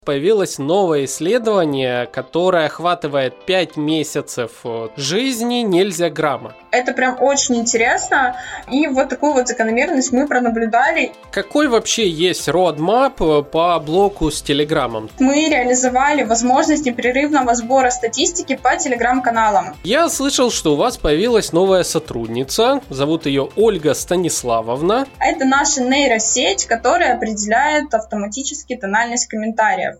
Появилось новое исследование, которое охватывает 5 месяцев жизни нельзя грамма. Это прям очень интересно, и вот такую вот закономерность мы пронаблюдали. Какой вообще есть roadmap по блоку с Телеграмом? Мы реализовали возможность непрерывного сбора статистики по Телеграм-каналам. Я слышал, что у вас появилась новая сотрудница, зовут ее Ольга Станиславовна. Это наша нейросеть, которая определяет автоматически тональность комментариев.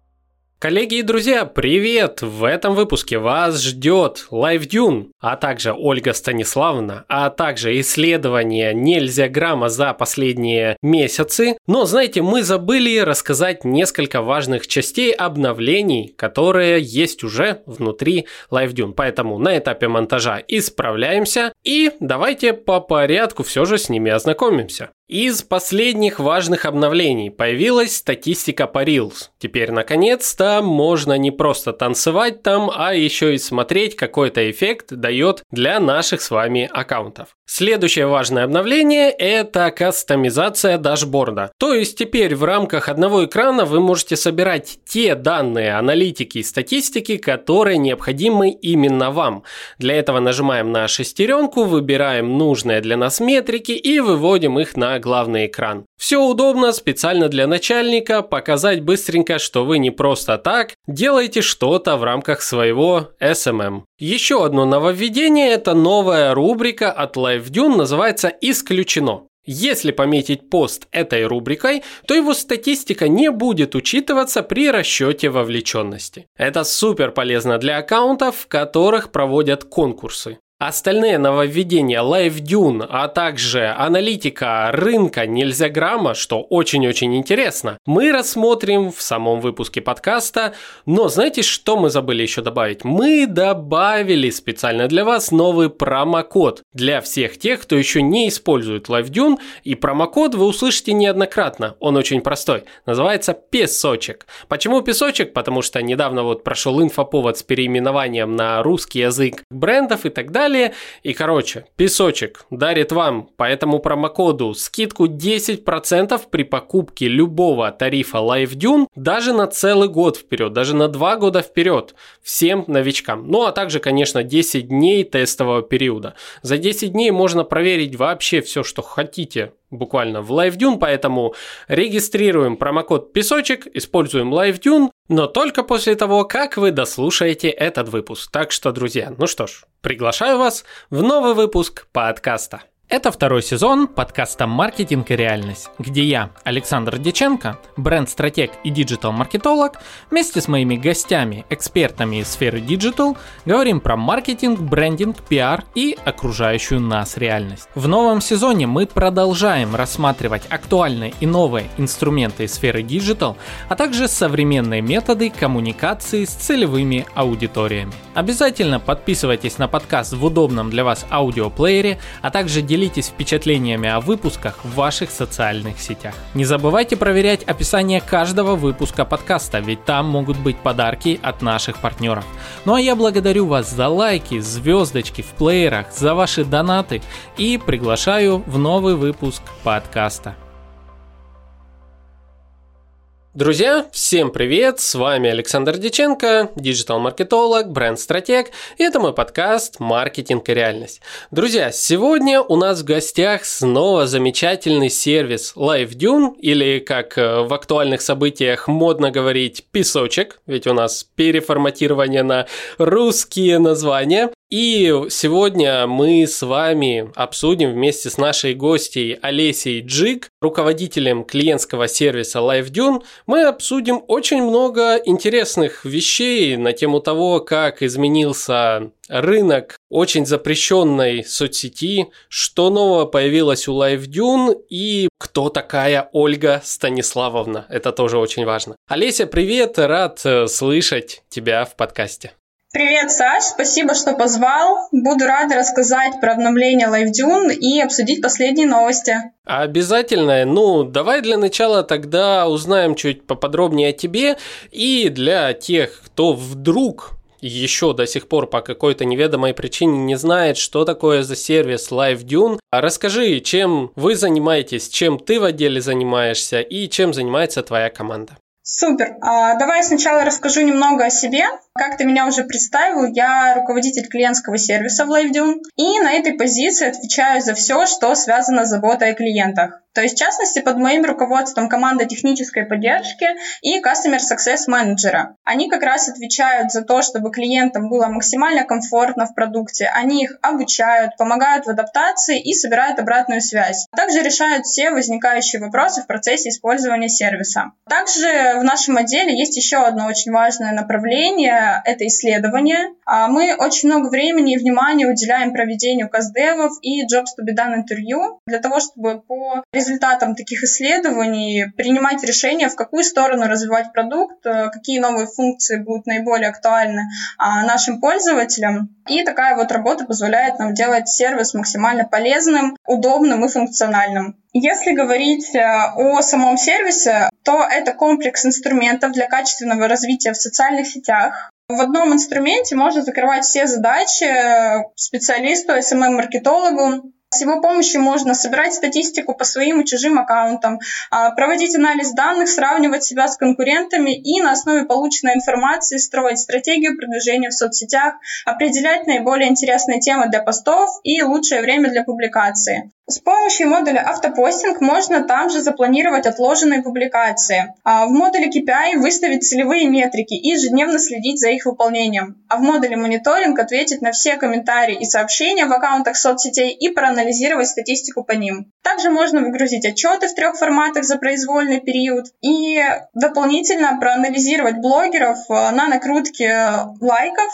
Коллеги и друзья, привет! В этом выпуске вас ждет LiveDune, а также Ольга Станиславовна, а также исследование нельзя грамма за последние месяцы. Но, знаете, мы забыли рассказать несколько важных частей обновлений, которые есть уже внутри LiveDune. Поэтому на этапе монтажа исправляемся и давайте по порядку все же с ними ознакомимся. Из последних важных обновлений появилась статистика по Reels. Теперь, наконец-то, можно не просто танцевать там, а еще и смотреть, какой-то эффект дает для наших с вами аккаунтов. Следующее важное обновление – это кастомизация дашборда. То есть теперь в рамках одного экрана вы можете собирать те данные, аналитики и статистики, которые необходимы именно вам. Для этого нажимаем на шестеренку, выбираем нужные для нас метрики и выводим их на главный экран. Все удобно, специально для начальника, показать быстренько, что вы не просто так делаете что-то в рамках своего SMM. Еще одно нововведение – это новая рубрика от LiveDune, называется «Исключено». Если пометить пост этой рубрикой, то его статистика не будет учитываться при расчете вовлеченности. Это супер полезно для аккаунтов, в которых проводят конкурсы. Остальные нововведения LiveDune, а также аналитика рынка нельзя грамма, что очень-очень интересно, мы рассмотрим в самом выпуске подкаста. Но знаете, что мы забыли еще добавить? Мы добавили специально для вас новый промокод для всех тех, кто еще не использует LiveDune. И промокод вы услышите неоднократно. Он очень простой. Называется «Песочек». Почему «Песочек»? Потому что недавно вот прошел инфоповод с переименованием на русский язык брендов и так далее. И, короче, Песочек дарит вам по этому промокоду скидку 10% при покупке любого тарифа LiveDune даже на целый год вперед, даже на 2 года вперед всем новичкам. Ну, а также, конечно, 10 дней тестового периода. За 10 дней можно проверить вообще все, что хотите. Буквально в LiveDune, поэтому регистрируем промокод Песочек, используем LiveDune, но только после того, как вы дослушаете этот выпуск. Так что, друзья, ну что ж, приглашаю вас в новый выпуск подкаста. Это второй сезон подкаста «Маркетинг и реальность», где я, Александр Дьяченко, бренд-стратег и диджитал-маркетолог, вместе с моими гостями, экспертами из сферы диджитал, говорим про маркетинг, брендинг, пиар и окружающую нас реальность. В новом сезоне мы продолжаем рассматривать актуальные и новые инструменты из сферы диджитал, а также современные методы коммуникации с целевыми аудиториями. Обязательно подписывайтесь на подкаст в удобном для вас аудиоплеере, а также делитесь впечатлениями о выпусках в ваших социальных сетях. Не забывайте проверять описание каждого выпуска подкаста, ведь там могут быть подарки от наших партнеров. Ну а я благодарю вас за лайки, звездочки в плеерах, за ваши донаты и приглашаю в новый выпуск подкаста. Друзья, всем привет, с вами Александр Дьяченко, диджитал-маркетолог, бренд-стратег, и это мой подкаст «Маркетинг и реальность». Друзья, сегодня у нас в гостях снова замечательный сервис LiveDune, или, как в актуальных событиях модно говорить, «Песочек», ведь у нас переформатирование на русские названия. И сегодня мы с вами обсудим вместе с нашей гостьей Олесей Джик, руководителем клиентского сервиса LiveDune, мы обсудим очень много интересных вещей на тему того, как изменился рынок очень запрещенной соцсети, что нового появилось у LiveDune и кто такая Ольга Станиславовна. Это тоже очень важно. Олеся, привет, рад слышать тебя в подкасте. Привет, Саш, спасибо, что позвал. Буду рада рассказать про обновление LiveDune и обсудить последние новости. Обязательно. Ну, давай для начала тогда узнаем чуть поподробнее о тебе. И для тех, кто вдруг еще до сих пор по какой-то неведомой причине не знает, что такое за сервис LiveDune, расскажи, чем вы занимаетесь, чем ты в отделе занимаешься и чем занимается твоя команда. Супер. Давай сначала расскажу немного о себе. Как ты меня уже представил, я руководитель клиентского сервиса в LiveDune, и на этой позиции отвечаю за все, что связано с заботой о клиентах. То есть, в частности, под моим руководством команда технической поддержки и Customer Success менеджера. Они как раз отвечают за то, чтобы клиентам было максимально комфортно в продукте. Они их обучают, помогают в адаптации и собирают обратную связь. Также решают все возникающие вопросы в процессе использования сервиса. Также в нашем отделе есть еще одно очень важное направление — это исследование. Мы очень много времени и внимания уделяем проведению каздевов и Jobs to be done интервью для того, чтобы по результатам таких исследований принимать решения, в какую сторону развивать продукт, какие новые функции будут наиболее актуальны нашим пользователям. И такая вот работа позволяет нам делать сервис максимально полезным, удобным и функциональным. Если говорить о самом сервисе, то это комплекс инструментов для качественного развития в социальных сетях. В одном инструменте можно закрывать все задачи специалисту, SMM-маркетологу. С его помощью можно собирать статистику по своим и чужим аккаунтам, проводить анализ данных, сравнивать себя с конкурентами и на основе полученной информации строить стратегию продвижения в соцсетях, определять наиболее интересные темы для постов и лучшее время для публикации. С помощью модуля автопостинг можно там же запланировать отложенные публикации. В модуле KPI выставить целевые метрики и ежедневно следить за их выполнением. А в модуле мониторинг ответить на все комментарии и сообщения в аккаунтах соцсетей и проанализировать статистику по ним. Также можно выгрузить отчеты в 3 форматах за произвольный период и дополнительно проанализировать блогеров на накрутке лайков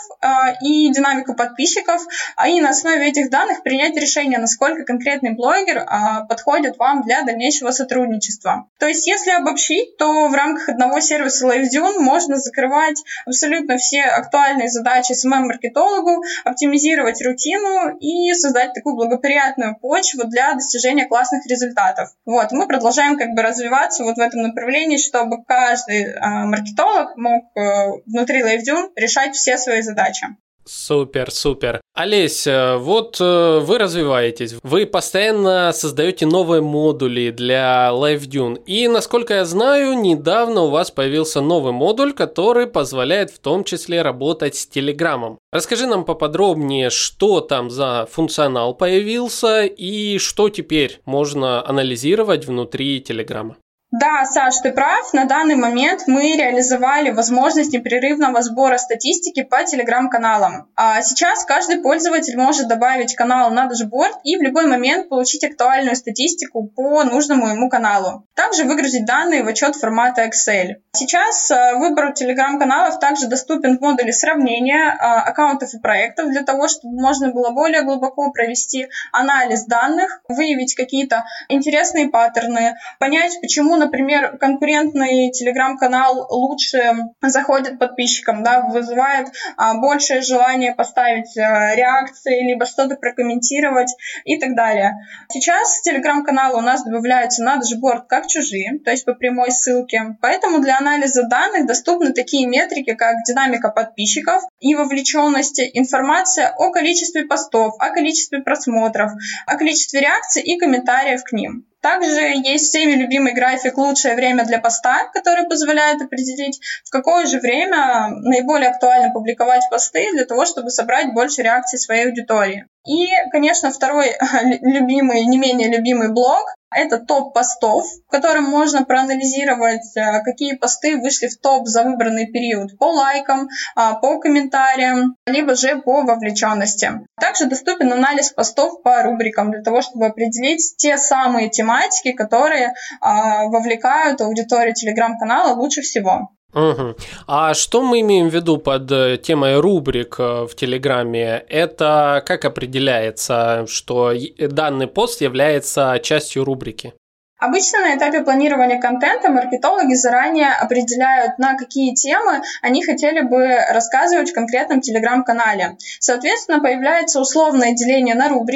и динамику подписчиков, и на основе этих данных принять решение, насколько конкретный блогер подходит вам для дальнейшего сотрудничества. То есть, если обобщить, то в рамках одного сервиса LiveDune можно закрывать абсолютно все актуальные задачи SMM-маркетологу, оптимизировать рутину и создать такую благоприятную почву для достижения классных результатов. Мы продолжаем развиваться в этом направлении, чтобы каждый маркетолог мог внутри LiveDune решать все свои задачи. Супер, супер. Олесь, вы развиваетесь, вы постоянно создаете новые модули для LiveDune. И, насколько я знаю, недавно у вас появился новый модуль, который позволяет в том числе работать с Телеграмом. Расскажи нам поподробнее, что там за функционал появился и что теперь можно анализировать внутри Телеграма. Да, Саш, ты прав. На данный момент мы реализовали возможность непрерывного сбора статистики по телеграм-каналам. Сейчас каждый пользователь может добавить канал на дашборд и в любой момент получить актуальную статистику по нужному ему каналу. Также выгрузить данные в отчет формата Excel. Сейчас выбор телеграм-каналов также доступен в модуле сравнения аккаунтов и проектов для того, чтобы можно было более глубоко провести анализ данных, выявить какие-то интересные паттерны, понять, почему, например, конкурентный телеграм-канал лучше заходит подписчикам, вызывает большее желание поставить реакции, либо что-то прокомментировать и так далее. Сейчас телеграм-каналы у нас добавляются на дашборд как чужие, то есть по прямой ссылке. Поэтому для анализа данных доступны такие метрики, как динамика подписчиков и вовлеченности, информация о количестве постов, о количестве просмотров, о количестве реакций и комментариев к ним. Также есть всеми любимый график «Лучшее время для поста», который позволяет определить, в какое же время наиболее актуально публиковать посты для того, чтобы собрать больше реакций своей аудитории. И, конечно, второй любимый, не менее любимый блок — это топ постов, в котором можно проанализировать, какие посты вышли в топ за выбранный период по лайкам, по комментариям, либо же по вовлеченности. Также доступен анализ постов по рубрикам для того, чтобы определить те самые тематики, которые вовлекают аудиторию телеграм-канала лучше всего. Угу. А что мы имеем в виду под темой рубрик в Телеграме? Это как определяется, что данный пост является частью рубрики? Обычно на этапе планирования контента маркетологи заранее определяют, на какие темы они хотели бы рассказывать в конкретном телеграм-канале. Соответственно, появляется условное деление на рубрики,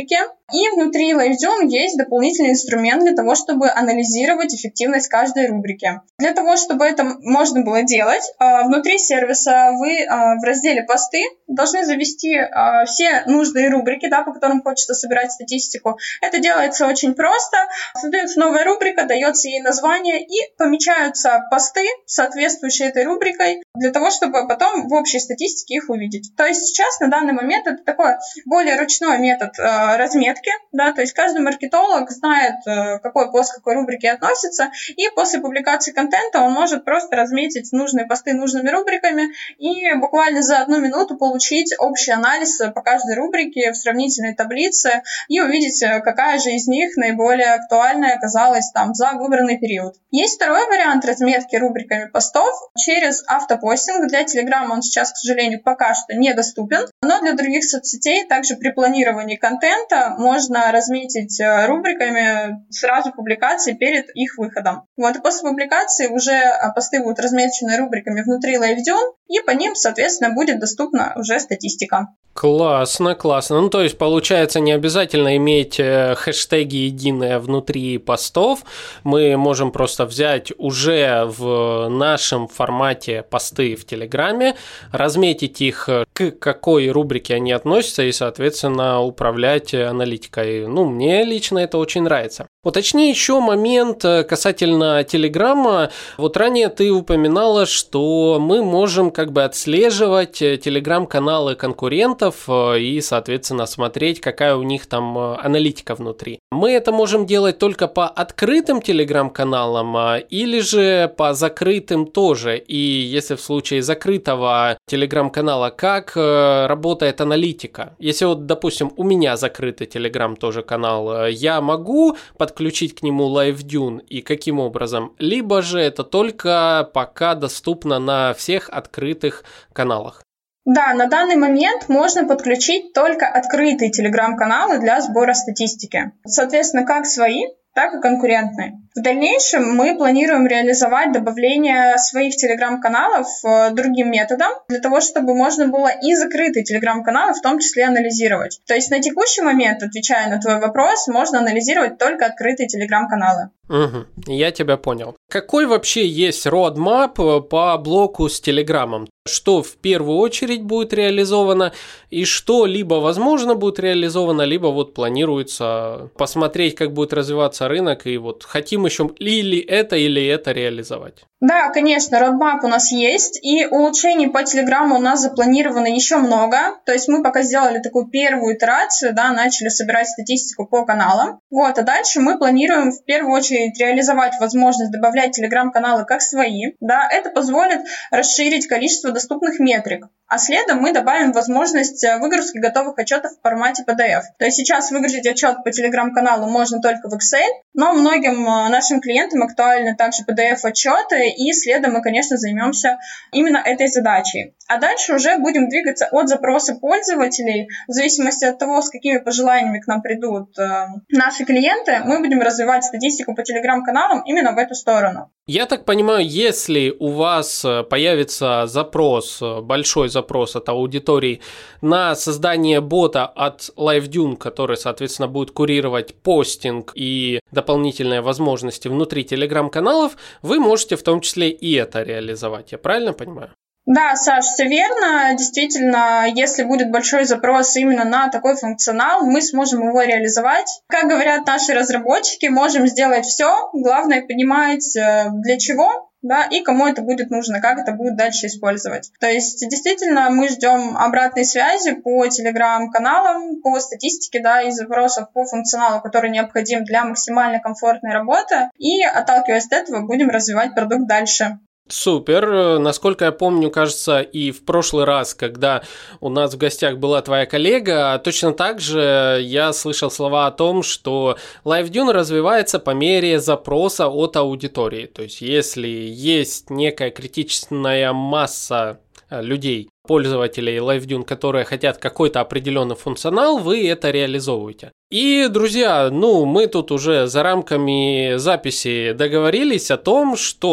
И внутри LiveDune есть дополнительный инструмент для того, чтобы анализировать эффективность каждой рубрики. Для того, чтобы это можно было делать, внутри сервиса вы в разделе «Посты» должны завести все нужные рубрики, да, по которым хочется собирать статистику. Это делается очень просто. Создается новая рубрика, дается ей название и помечаются посты, соответствующие этой рубрикой, для того, чтобы потом в общей статистике их увидеть. То есть сейчас на данный момент это такой более ручной метод разметки. Да, то есть каждый маркетолог знает, какой пост к какой рубрике относится, и после публикации контента он может просто разметить нужные посты нужными рубриками и буквально за 1 минуту получить общий анализ по каждой рубрике в сравнительной таблице и увидеть, какая же из них наиболее актуальная оказалась там за выбранный период. Есть второй вариант разметки рубриками постов через автопостинг. Для Telegram он сейчас, к сожалению, пока что недоступен, но для других соцсетей также при планировании контента можно разметить рубриками сразу публикации перед их выходом. Вот, и после публикации уже посты будут размечены рубриками внутри LiveDune, и по ним, соответственно, будет доступна уже статистика. Классно, классно. Ну, то есть, получается, не обязательно иметь хэштеги единые внутри постов. Мы можем просто взять уже в нашем формате посты в Телеграме, разметить их, к какой рубрике они относятся, и, соответственно, управлять аналитикой. Ну, мне лично это очень нравится. Уточни еще момент касательно Телеграма. Вот ранее ты упоминала, что мы можем как бы отслеживать Телеграм-каналы конкурентов и, соответственно, смотреть, какая у них там аналитика внутри. Мы это можем делать только по открытым Телеграм-каналам или же по закрытым тоже? И если в случае закрытого Телеграм-канала, как работает аналитика? Если вот, допустим, у меня закрытый Телеграм тоже канал, я могу подключить к нему LiveDune и каким образом? Либо же это только пока доступно на всех открытых каналах? Да, на данный момент можно подключить только открытые телеграм-каналы для сбора статистики. Соответственно, как свои, так и конкурентные. В дальнейшем мы планируем реализовать добавление своих телеграм-каналов другим методом, для того, чтобы можно было и закрытые телеграм-каналы в том числе анализировать. То есть на текущий момент, отвечая на твой вопрос, можно анализировать только открытые телеграм-каналы. Угу, я тебя понял. Какой вообще есть roadmap по блоку с Телеграмом? Что в первую очередь будет реализовано и что либо возможно будет реализовано, либо вот планируется посмотреть, как будет развиваться рынок, и вот хотим еще или это реализовать? Да, конечно, roadmap у нас есть, и улучшений по Телеграму у нас запланировано еще много. То есть мы пока сделали такую первую итерацию, да, начали собирать статистику по каналам. Вот, а дальше мы планируем в первую очередь реализовать возможность добавлять Телеграм-каналы как свои. Да, это позволит расширить количество доступных метрик. А следом мы добавим возможность выгрузки готовых отчетов в формате PDF. То есть сейчас выгрузить отчет по Telegram-каналу можно только в Excel, но многим нашим клиентам актуальны также PDF-отчеты, и следом мы, конечно, займемся именно этой задачей. А дальше уже будем двигаться от запроса пользователей, в зависимости от того, с какими пожеланиями к нам придут наши клиенты, мы будем развивать статистику по Telegram-каналам именно в эту сторону. Я так понимаю, если у вас появится запрос, большой запрос от аудитории на создание бота от LiveDune, который, соответственно, будет курировать постинг и дополнительные возможности внутри Telegram-каналов, вы можете в том числе и это реализовать. Я правильно понимаю? Да, Саш, все верно. Действительно, если будет большой запрос именно на такой функционал, мы сможем его реализовать. Как говорят наши разработчики, можем сделать все. Главное понимать, для чего, да, и кому это будет нужно, как это будет дальше использовать. То есть, действительно, мы ждем обратной связи по телеграм-каналам, по статистике, да, и запросов по функционалу, который необходим для максимально комфортной работы, и, отталкиваясь от этого, будем развивать продукт дальше. Супер. Насколько я помню, кажется, и в прошлый раз, когда у нас в гостях была твоя коллега, точно так же я слышал слова о том, что LiveDune развивается по мере запроса от аудитории. То есть, если есть некая критичная масса людей, пользователей LiveDune, которые хотят какой-то определенный функционал, вы это реализовываете. И, друзья, мы тут уже за рамками записи договорились о том, что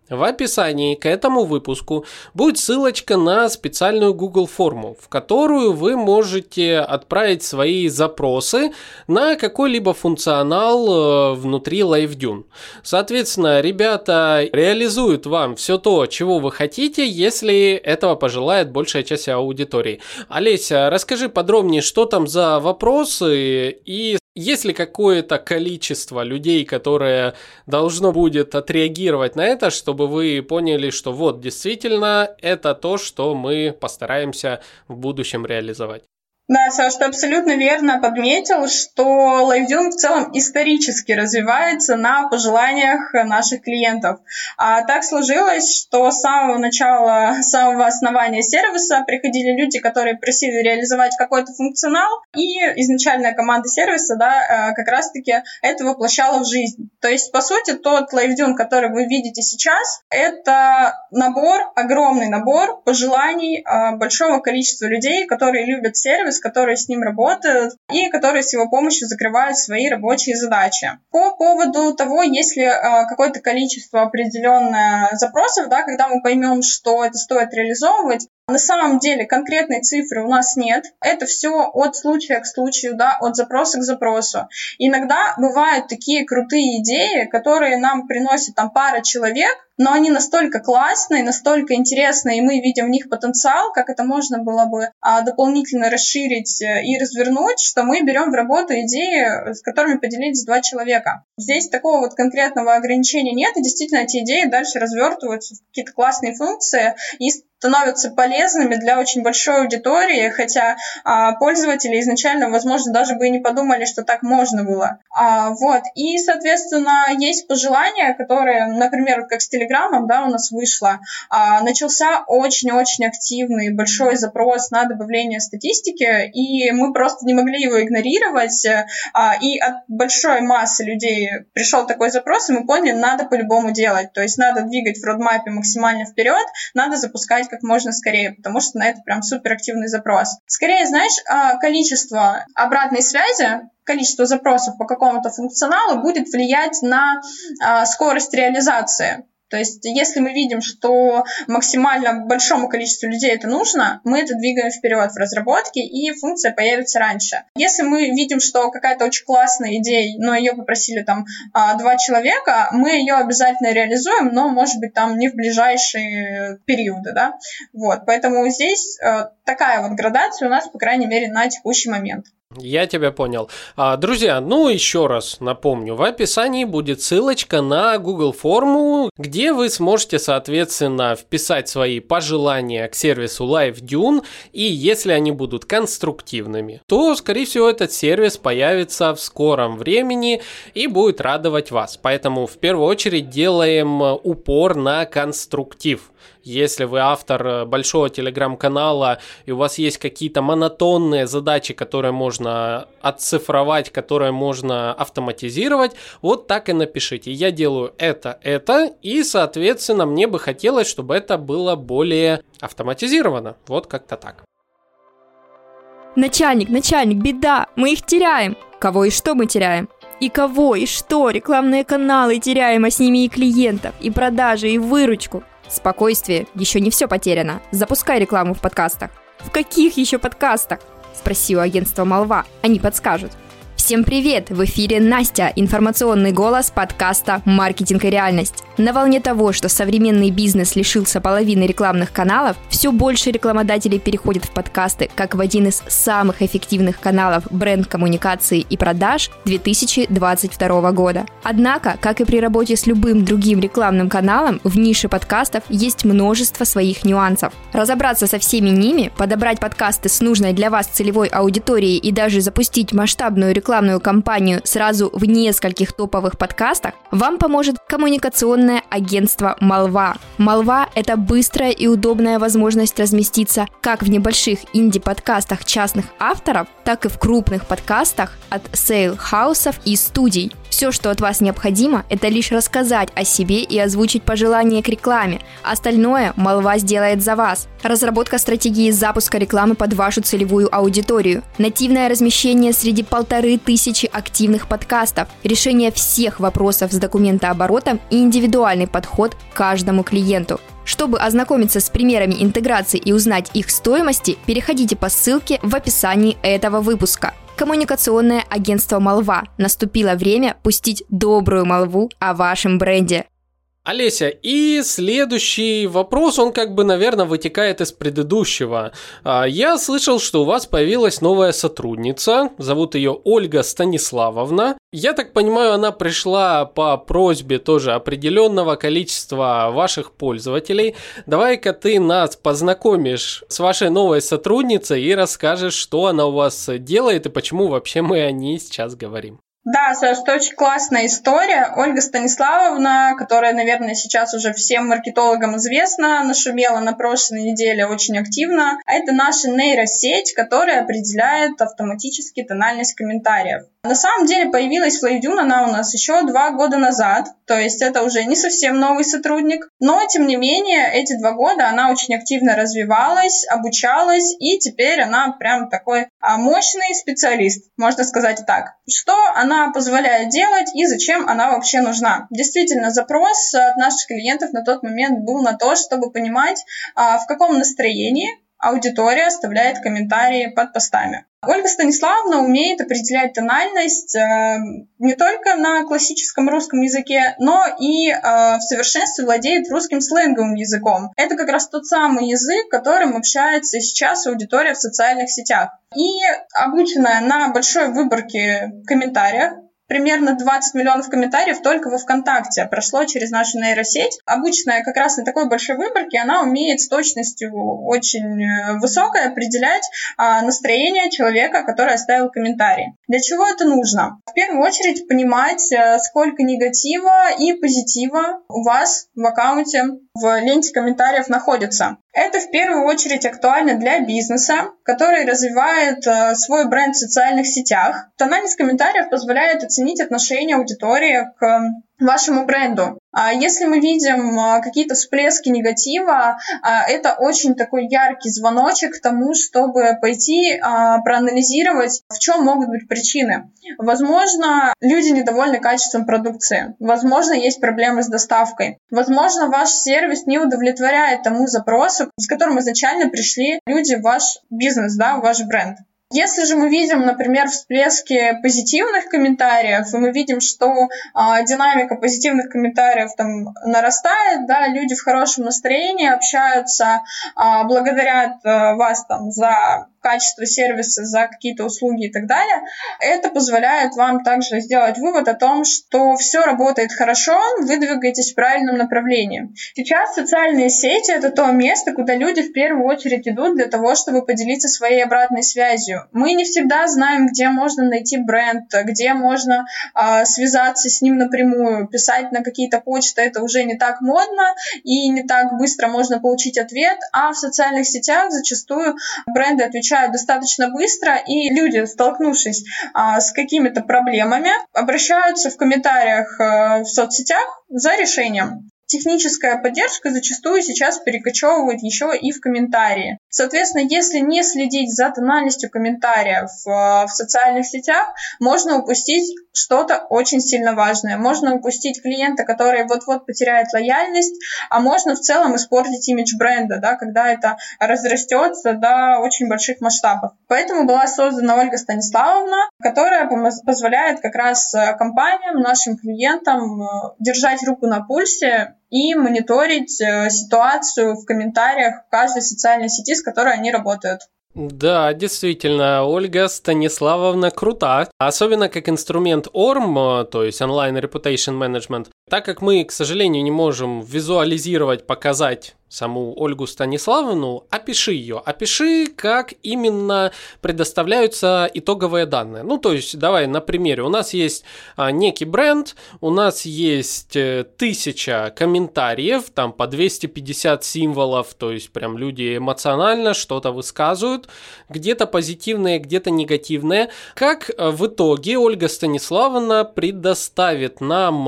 В описании к этому выпуску будет ссылочка на специальную Google форму, в которую вы можете отправить свои запросы на какой-либо функционал внутри LiveDune. Соответственно, ребята реализуют вам все то, чего вы хотите, если этого пожелает большая часть аудитории. Олеся, расскажи подробнее, что там за вопросы и есть ли какое-то количество людей, которое должно будет отреагировать на это, чтобы вы поняли, что вот действительно это то, что мы постараемся в будущем реализовать? Да, Саш, ты абсолютно верно подметил, что LiveDune в целом исторически развивается на пожеланиях наших клиентов. А так сложилось, что с самого начала, с самого основания сервиса приходили люди, которые просили реализовать какой-то функционал, и изначальная команда сервиса, как раз-таки это воплощала в жизнь. То есть, по сути, тот LiveDune, который вы видите сейчас, это огромный набор пожеланий большого количества людей, которые любят сервис, которые с ним работают и которые с его помощью закрывают свои рабочие задачи. По поводу того, есть ли какое-то количество определенное запросов, когда мы поймем, что это стоит реализовывать, на самом деле конкретной цифры у нас нет. Это все от случая к случаю, от запроса к запросу. Иногда бывают такие крутые идеи, которые нам приносит пара человек, но они настолько классные, настолько интересные, и мы видим в них потенциал, как это можно было бы дополнительно расширить и развернуть, что мы берем в работу идеи, с которыми поделились 2 человека. Здесь такого конкретного ограничения нет, и действительно эти идеи дальше развертываются в какие-то классные функции и становятся полезными для очень большой аудитории, хотя пользователи изначально, возможно, даже бы и не подумали, что так можно было. И, соответственно, есть пожелания, которые, например, как с Телеграмом, у нас вышло, начался очень-очень активный большой запрос на добавление статистики, и мы просто не могли его игнорировать, и от большой массы людей пришел такой запрос, и мы поняли, надо по-любому делать, то есть надо двигать в родмапе максимально вперед, надо запускать как можно скорее, потому что на это прям суперактивный запрос. Скорее, количество обратной связи, количество запросов по какому-то функционалу будет влиять на скорость реализации. То есть, если мы видим, что максимально большому количеству людей это нужно, мы это двигаем вперед в разработке, и функция появится раньше. Если мы видим, что какая-то очень классная идея, но ее попросили 2 человека, мы ее обязательно реализуем, но, может быть, не в ближайшие периоды, Поэтому здесь такая градация у нас, по крайней мере, на текущий момент. Я тебя понял. Друзья, еще раз напомню, в описании будет ссылочка на Google форму, где вы сможете, соответственно, вписать свои пожелания к сервису LiveDune, и если они будут конструктивными, то, скорее всего, этот сервис появится в скором времени и будет радовать вас. Поэтому в первую очередь делаем упор на конструктив. Если вы автор большого телеграм-канала и у вас есть какие-то монотонные задачи, которые можно отцифровать, которые можно автоматизировать, вот так и напишите. Я делаю это, и, соответственно, мне бы хотелось, чтобы это было более автоматизировано. Вот как-то так. Начальник, беда, мы их теряем. Кого и что мы теряем? И кого, и что, рекламные каналы теряем, а с ними и клиентов, и продажи, и выручку. Спокойствие, еще не все потеряно. Запускай рекламу в подкастах. В каких еще подкастах? Спроси у агентства Малва, они подскажут. Всем привет! В эфире Настя, информационный голос подкаста «Маркетинг и реальность». На волне того, что современный бизнес лишился половины рекламных каналов, все больше рекламодателей переходят в подкасты как в один из самых эффективных каналов бренд-коммуникации и продаж 2022 года. Однако, как и при работе с любым другим рекламным каналом, в нише подкастов есть множество своих нюансов. Разобраться со всеми ними, подобрать подкасты с нужной для вас целевой аудиторией и даже запустить масштабную рекламную кампанию сразу в нескольких топовых подкастах вам поможет коммуникационное агентство Малва. Малва – это быстрая и удобная возможность разместиться как в небольших инди-подкастах частных авторов, так и в крупных подкастах от сейл-хаусов и студий. Все, что от вас необходимо, это лишь рассказать о себе и озвучить пожелания к рекламе. Остальное молва сделает за вас. Разработка стратегии запуска рекламы под вашу целевую аудиторию. Нативное размещение среди 1500 активных подкастов. Решение всех вопросов с документооборотом и индивидуальный подход к каждому клиенту. Чтобы ознакомиться с примерами интеграции и узнать их стоимости, переходите по ссылке в описании этого выпуска. Коммуникационное агентство «Молва». Наступило время пустить добрую молву о вашем бренде. Олеся, и следующий вопрос, он наверное, вытекает из предыдущего. Я слышал, что у вас появилась новая сотрудница, зовут ее Ольга Станиславовна. Я так понимаю, она пришла по просьбе тоже определенного количества ваших пользователей. Давай-ка ты нас познакомишь с вашей новой сотрудницей и расскажешь, что она у вас делает и почему вообще мы о ней сейчас говорим. Да, Саш, это очень классная история. Ольга Станиславовна, которая, наверное, сейчас уже всем маркетологам известна, нашумела на прошлой неделе очень активно. Это наша нейросеть, которая определяет автоматически тональность комментариев. На самом деле появилась в LiveDune она у нас еще 2 года назад, то есть это уже не совсем новый сотрудник, но тем не менее эти 2 года она очень активно развивалась, обучалась, и теперь она прям такой мощный специалист, можно сказать так. Что она позволяет делать и зачем она вообще нужна? Действительно, запрос от наших клиентов на тот момент был на то, чтобы понимать, в каком настроении аудитория оставляет комментарии под постами. Ольга Станиславовна умеет определять тональность не только на классическом русском языке, но и в совершенстве владеет русским сленговым языком. Это как раз тот самый язык, которым общается сейчас аудитория в социальных сетях. И обученная на большой выборке комментариев, примерно 20 миллионов комментариев только во ВКонтакте прошло через нашу нейросеть. Обычная как раз на такой большой выборке, она умеет с точностью очень высокой определять настроение человека, который оставил комментарий. Для чего это нужно? В первую очередь понимать, сколько негатива и позитива у вас в аккаунте, в ленте комментариев находится. Это в первую очередь актуально для бизнеса, который развивает свой бренд в социальных сетях. Тональность комментариев позволяет оценить отношение аудитории к вашему бренду. Если мы видим какие-то всплески негатива, это очень такой яркий звоночек к тому, чтобы пойти проанализировать, в чем могут быть причины. Возможно, люди недовольны качеством продукции. Возможно, есть проблемы с доставкой. Возможно, ваш сервис не удовлетворяет тому запросу, с которым изначально пришли люди в ваш бизнес, в ваш бренд. Если же мы видим, например, всплески позитивных комментариев, и мы видим, что динамика позитивных комментариев там нарастает, люди в хорошем настроении общаются, благодарят вас там за качество сервиса, за какие-то услуги и так далее, это позволяет вам также сделать вывод о том, что все работает хорошо, вы двигаетесь в правильном направлении. Сейчас социальные сети — это то место, куда люди в первую очередь идут для того, чтобы поделиться своей обратной связью. Мы не всегда знаем, где можно найти бренд, где можно связаться с ним напрямую, писать на какие-то почты — это уже не так модно и не так быстро можно получить ответ, а в социальных сетях зачастую бренды отвечают достаточно быстро, и люди, столкнувшись с какими-то проблемами, обращаются в комментариях в соцсетях за решением. Техническая поддержка зачастую сейчас перекочевывает еще и в комментарии. Соответственно, если не следить за тональностью комментариев в социальных сетях, можно упустить что-то очень сильно важное. Можно упустить клиента, который вот-вот потеряет лояльность, а можно в целом испортить имидж бренда, когда это разрастется до очень больших масштабов. Поэтому была создана Ольга Станиславовна, которая позволяет как раз компаниям, нашим клиентам держать руку на пульсе и мониторить ситуацию в комментариях в каждой социальной сети, с которой они работают. Да, действительно, Ольга Станиславовна крута, особенно как инструмент ORM, то есть Online Reputation Management, так как мы, к сожалению, не можем визуализировать, показать саму Ольгу Станиславовну, опиши ее. Опиши, как именно предоставляются итоговые данные. Ну, то есть, давай на примере. У нас есть некий бренд, у нас есть 1000 комментариев, там по 250 символов, то есть прям люди эмоционально что-то высказывают, где-то позитивные, где-то негативные. Как в итоге Ольга Станиславовна предоставит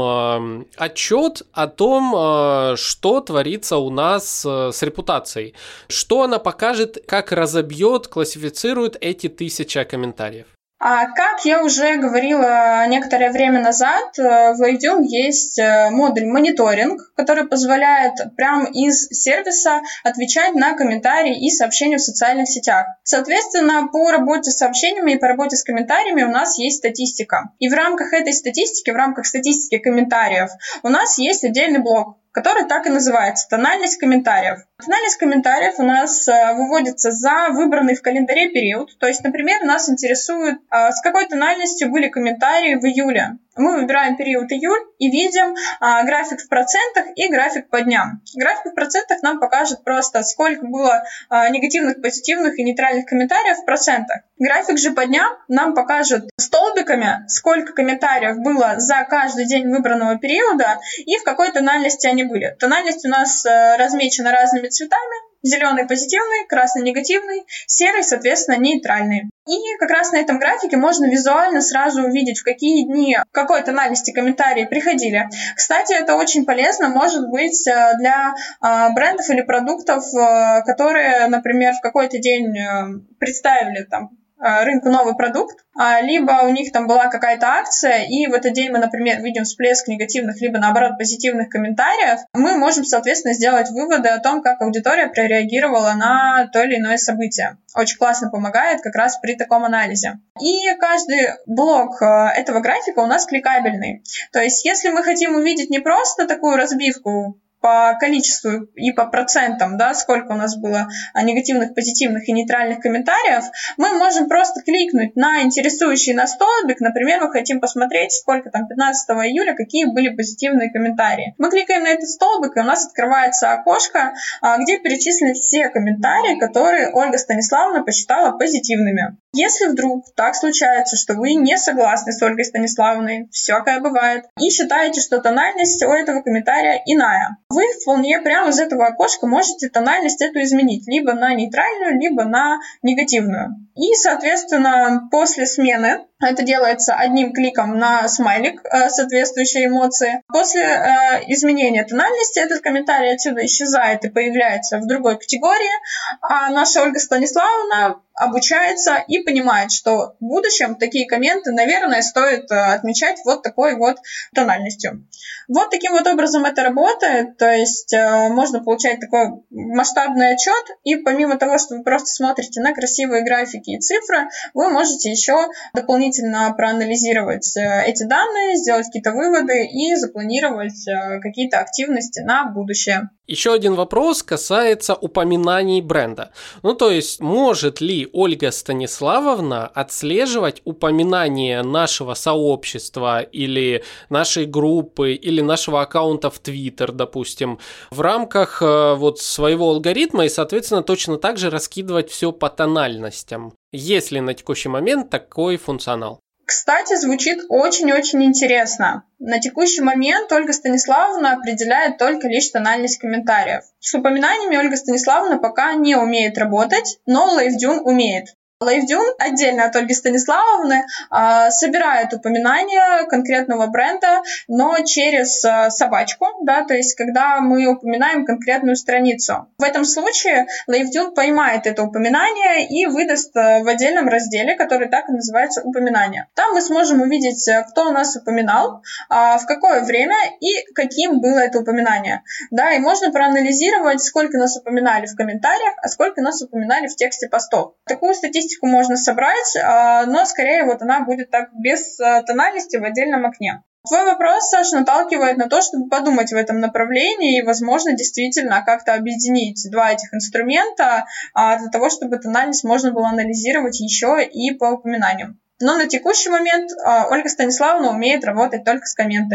нам отчет о том, что творится у нас с репутацией. Что она покажет, как разобьет, классифицирует эти 1000 комментариев? Как я уже говорила некоторое время назад, в LiveDune есть модуль мониторинг, который позволяет прямо из сервиса отвечать на комментарии и сообщения в социальных сетях. Соответственно, по работе с сообщениями и по работе с комментариями у нас есть статистика. И в рамках этой статистики, в рамках статистики комментариев, у нас есть отдельный блок, который так и называется – тональность комментариев. Тональность комментариев у нас выводится за выбранный в календаре период. То есть, например, нас интересует, с какой тональностью были комментарии в июле. Мы выбираем период июль и видим график в процентах и график по дням. График в процентах нам покажет просто, сколько было негативных, позитивных и нейтральных комментариев в процентах. График же по дням нам покажет столбиками, сколько комментариев было за каждый день выбранного периода и в какой тональности они были. Тональность у нас размечена разными цветами. Зеленый позитивный, красный негативный, серый, соответственно, нейтральный. И как раз на этом графике можно визуально сразу увидеть, в какие дни, в какой тональности комментарии приходили. Кстати, это очень полезно, может быть, для брендов или продуктов, которые, например, в какой-то день представили там рынку новый продукт, либо у них там была какая-то акция, и в этот день мы, например, видим всплеск негативных, либо, наоборот, позитивных комментариев, мы можем, соответственно, сделать выводы о том, как аудитория прореагировала на то или иное событие. Очень классно помогает как раз при таком анализе. И каждый блок этого графика у нас кликабельный. То есть, если мы хотим увидеть не просто такую разбивку по количеству и по процентам, да, сколько у нас было негативных, позитивных и нейтральных комментариев, мы можем просто кликнуть на интересующий нас столбик. Например, мы хотим посмотреть, сколько там 15 июля, какие были позитивные комментарии. Мы кликаем на этот столбик, и у нас открывается окошко, где перечислены все комментарии, которые Ольга Станиславовна посчитала позитивными. Если вдруг так случается, что вы не согласны с Ольгой Станиславовной, всякое бывает, и считаете, что тональность у этого комментария иная, вы вполне прямо из этого окошка можете тональность эту изменить либо на нейтральную, либо на негативную. И, соответственно, после смены, это делается одним кликом на смайлик соответствующей эмоции, после изменения тональности этот комментарий отсюда исчезает и появляется в другой категории, а наша Ольга Станиславовна обучается и понимает, что в будущем такие комменты, наверное, стоит отмечать вот такой вот тональностью. Вот таким вот образом это работает, то есть можно получать такой масштабный отчет, и помимо того, что вы просто смотрите на красивые графики и цифры, вы можете еще дополнительно проанализировать эти данные, сделать какие-то выводы и запланировать какие-то активности на будущее. Еще один вопрос касается упоминаний бренда. Ну, то есть, может ли Ольга Станиславовна отслеживать упоминания нашего сообщества или нашей группы или нашего аккаунта в Twitter, допустим, в рамках вот своего алгоритма и, соответственно, точно так же раскидывать все по тональностям? Есть ли на текущий момент такой функционал? Кстати, звучит очень-очень интересно. На текущий момент Ольга Станиславовна определяет только лишь тональность комментариев. С упоминаниями Ольга Станиславовна пока не умеет работать, но LiveDune умеет. LiveDune отдельно от Ольги Станиславовны собирает упоминания конкретного бренда, но через собачку, да, то есть когда мы упоминаем конкретную страницу. В этом случае LiveDune поймает это упоминание и выдаст в отдельном разделе, который так и называется «Упоминания». Там мы сможем увидеть, кто у нас упоминал, в какое время и каким было это упоминание. Да, и можно проанализировать, сколько нас упоминали в комментариях, а сколько нас упоминали в тексте постов. Такую статистику можно собрать, но скорее вот она будет так без тональности в отдельном окне. Твой вопрос, Саша, наталкивает на то, чтобы подумать в этом направлении и, возможно, действительно как-то объединить два этих инструмента для того, чтобы тональность можно было анализировать еще и по упоминаниям. Но на текущий момент Ольга Станиславовна умеет работать только с комментами.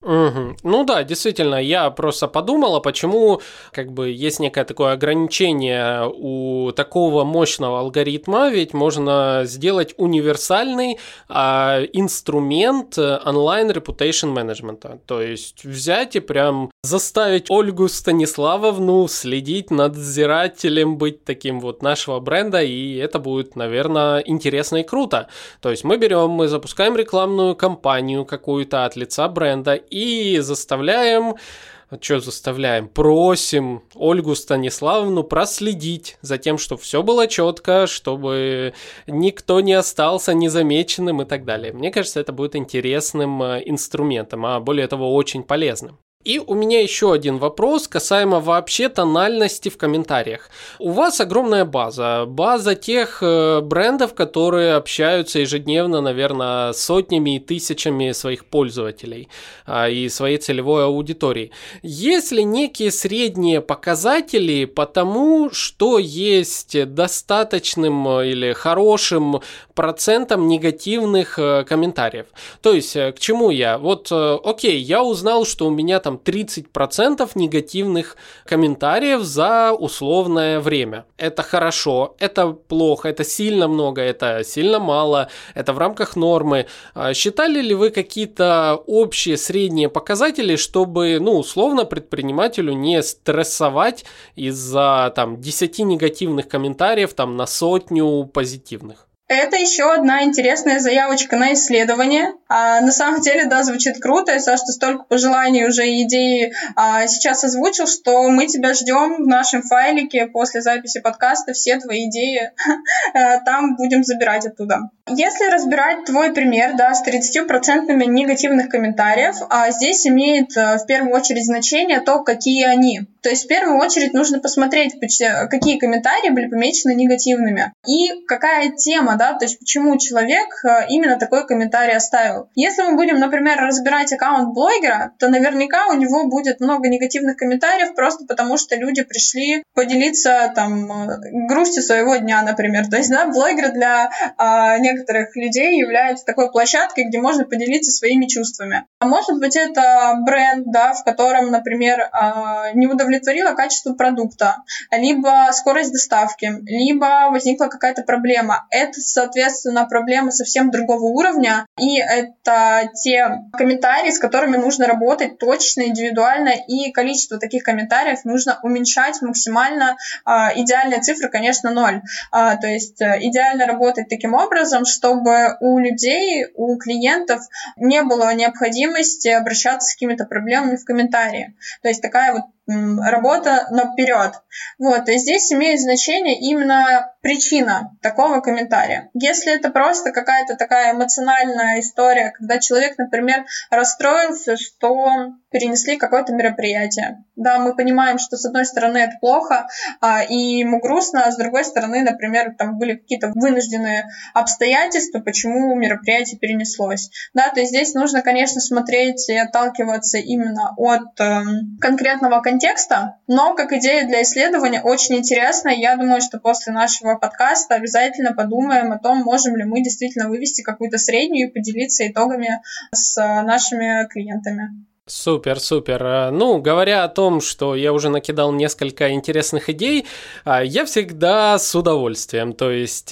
Угу. Ну да, действительно, я просто подумала, почему есть некое такое ограничение у такого мощного алгоритма, ведь можно сделать универсальный инструмент онлайн reputation management. То есть взять и прям заставить Ольгу Станиславовну следить, надзирателем быть таким вот нашего бренда, и это будет, наверное, интересно и круто. То есть мы запускаем рекламную кампанию какую-то от лица бренда и просим Ольгу Станиславовну проследить за тем, чтобы все было четко, чтобы никто не остался незамеченным и так далее. Мне кажется, это будет интересным инструментом, а более того, очень полезным. И у меня еще один вопрос касаемо вообще тональности в комментариях. У вас огромная база тех брендов, которые общаются ежедневно, наверное, сотнями и тысячами своих пользователей и своей целевой аудитории. Есть ли некие средние показатели по тому, что есть достаточным или хорошим процентом негативных комментариев? То есть, к чему я? Окей, я узнал, что у меня там 30% негативных комментариев за условное время. Это хорошо, это плохо, это сильно много, это сильно мало, это в рамках нормы. Считали ли вы какие-то общие средние показатели, чтобы, условно, предпринимателю не стрессовать из-за 10 негативных комментариев на 100 позитивных? Это еще одна интересная заявочка на исследование. На самом деле, да, звучит круто. Саш, ты столько пожеланий уже и идей сейчас озвучил, что мы тебя ждем в нашем файлике после записи подкаста. Все твои идеи там будем забирать оттуда. Если разбирать твой пример, да, с 30% негативных комментариев, здесь имеет в первую очередь значение то, какие они. То есть в первую очередь нужно посмотреть, какие комментарии были помечены негативными и какая тема, да, то есть почему человек именно такой комментарий оставил. Если мы будем, например, разбирать аккаунт блогера, то наверняка у него будет много негативных комментариев просто потому, что люди пришли поделиться грустью своего дня, например. То есть, да, блогер для некоторых людей является такой площадкой, где можно поделиться своими чувствами. А может быть, это бренд, да, в котором, например, не удовлетворило качество продукта, либо скорость доставки, либо возникла какая-то проблема. Это, соответственно, проблема совсем другого уровня, и это те комментарии, с которыми нужно работать точно, индивидуально, и количество таких комментариев нужно уменьшать максимально. Идеальная цифра, конечно, 0. То есть идеально работать таким образом, чтобы у людей, у клиентов не было необходимости обращаться с какими-то проблемами в комментарии. То есть такая вот работа наперед. И здесь имеет значение именно причина такого комментария. Если это просто какая-то такая эмоциональная история, когда человек, например, расстроился, что перенесли какое-то мероприятие. Да, мы понимаем, что с одной стороны это плохо, и ему грустно, а с другой стороны, например, там были какие-то вынужденные обстоятельства, почему мероприятие перенеслось. Да, то есть здесь нужно, конечно, смотреть и отталкиваться именно от конкретного контекста, но как идея для исследования очень интересная. Я думаю, что после нашего подкаста обязательно подумаем о том, можем ли мы действительно вывести какую-то среднюю и поделиться итогами с нашими клиентами. Супер. Говоря о том, что я уже накидал несколько интересных идей, я всегда с удовольствием. То есть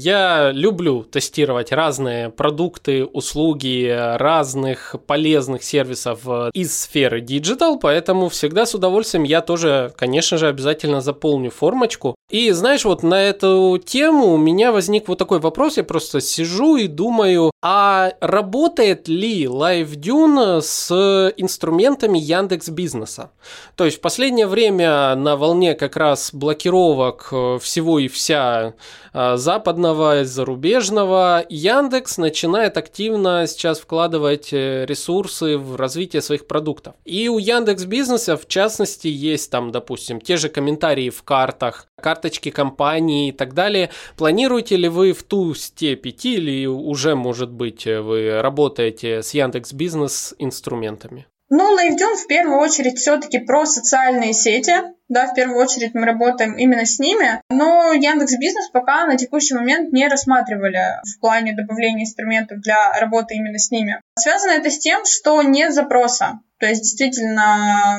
я люблю тестировать разные продукты, услуги, разных полезных сервисов из сферы диджитал, поэтому всегда с удовольствием я тоже, конечно же, обязательно заполню формочку. И знаешь, на эту тему у меня возник такой вопрос, я просто сижу и думаю, а работает ли LiveDune с инструментами Яндекс.Бизнеса? То есть в последнее время на волне как раз блокировок всего и вся западного и зарубежного, Яндекс начинает активно сейчас вкладывать ресурсы в развитие своих продуктов. И у Яндекс.Бизнеса, в частности, есть допустим, те же комментарии в картах, карточки компании и так далее. Планируете ли вы в ту степень или уже, может быть, вы работаете с Яндекс.Бизнес инструментами? LiveDune в первую очередь все-таки про социальные сети. Да, в первую очередь мы работаем именно с ними, но Яндекс.Бизнес пока на текущий момент не рассматривали в плане добавления инструментов для работы именно с ними. Связано это с тем, что нет запроса. То есть действительно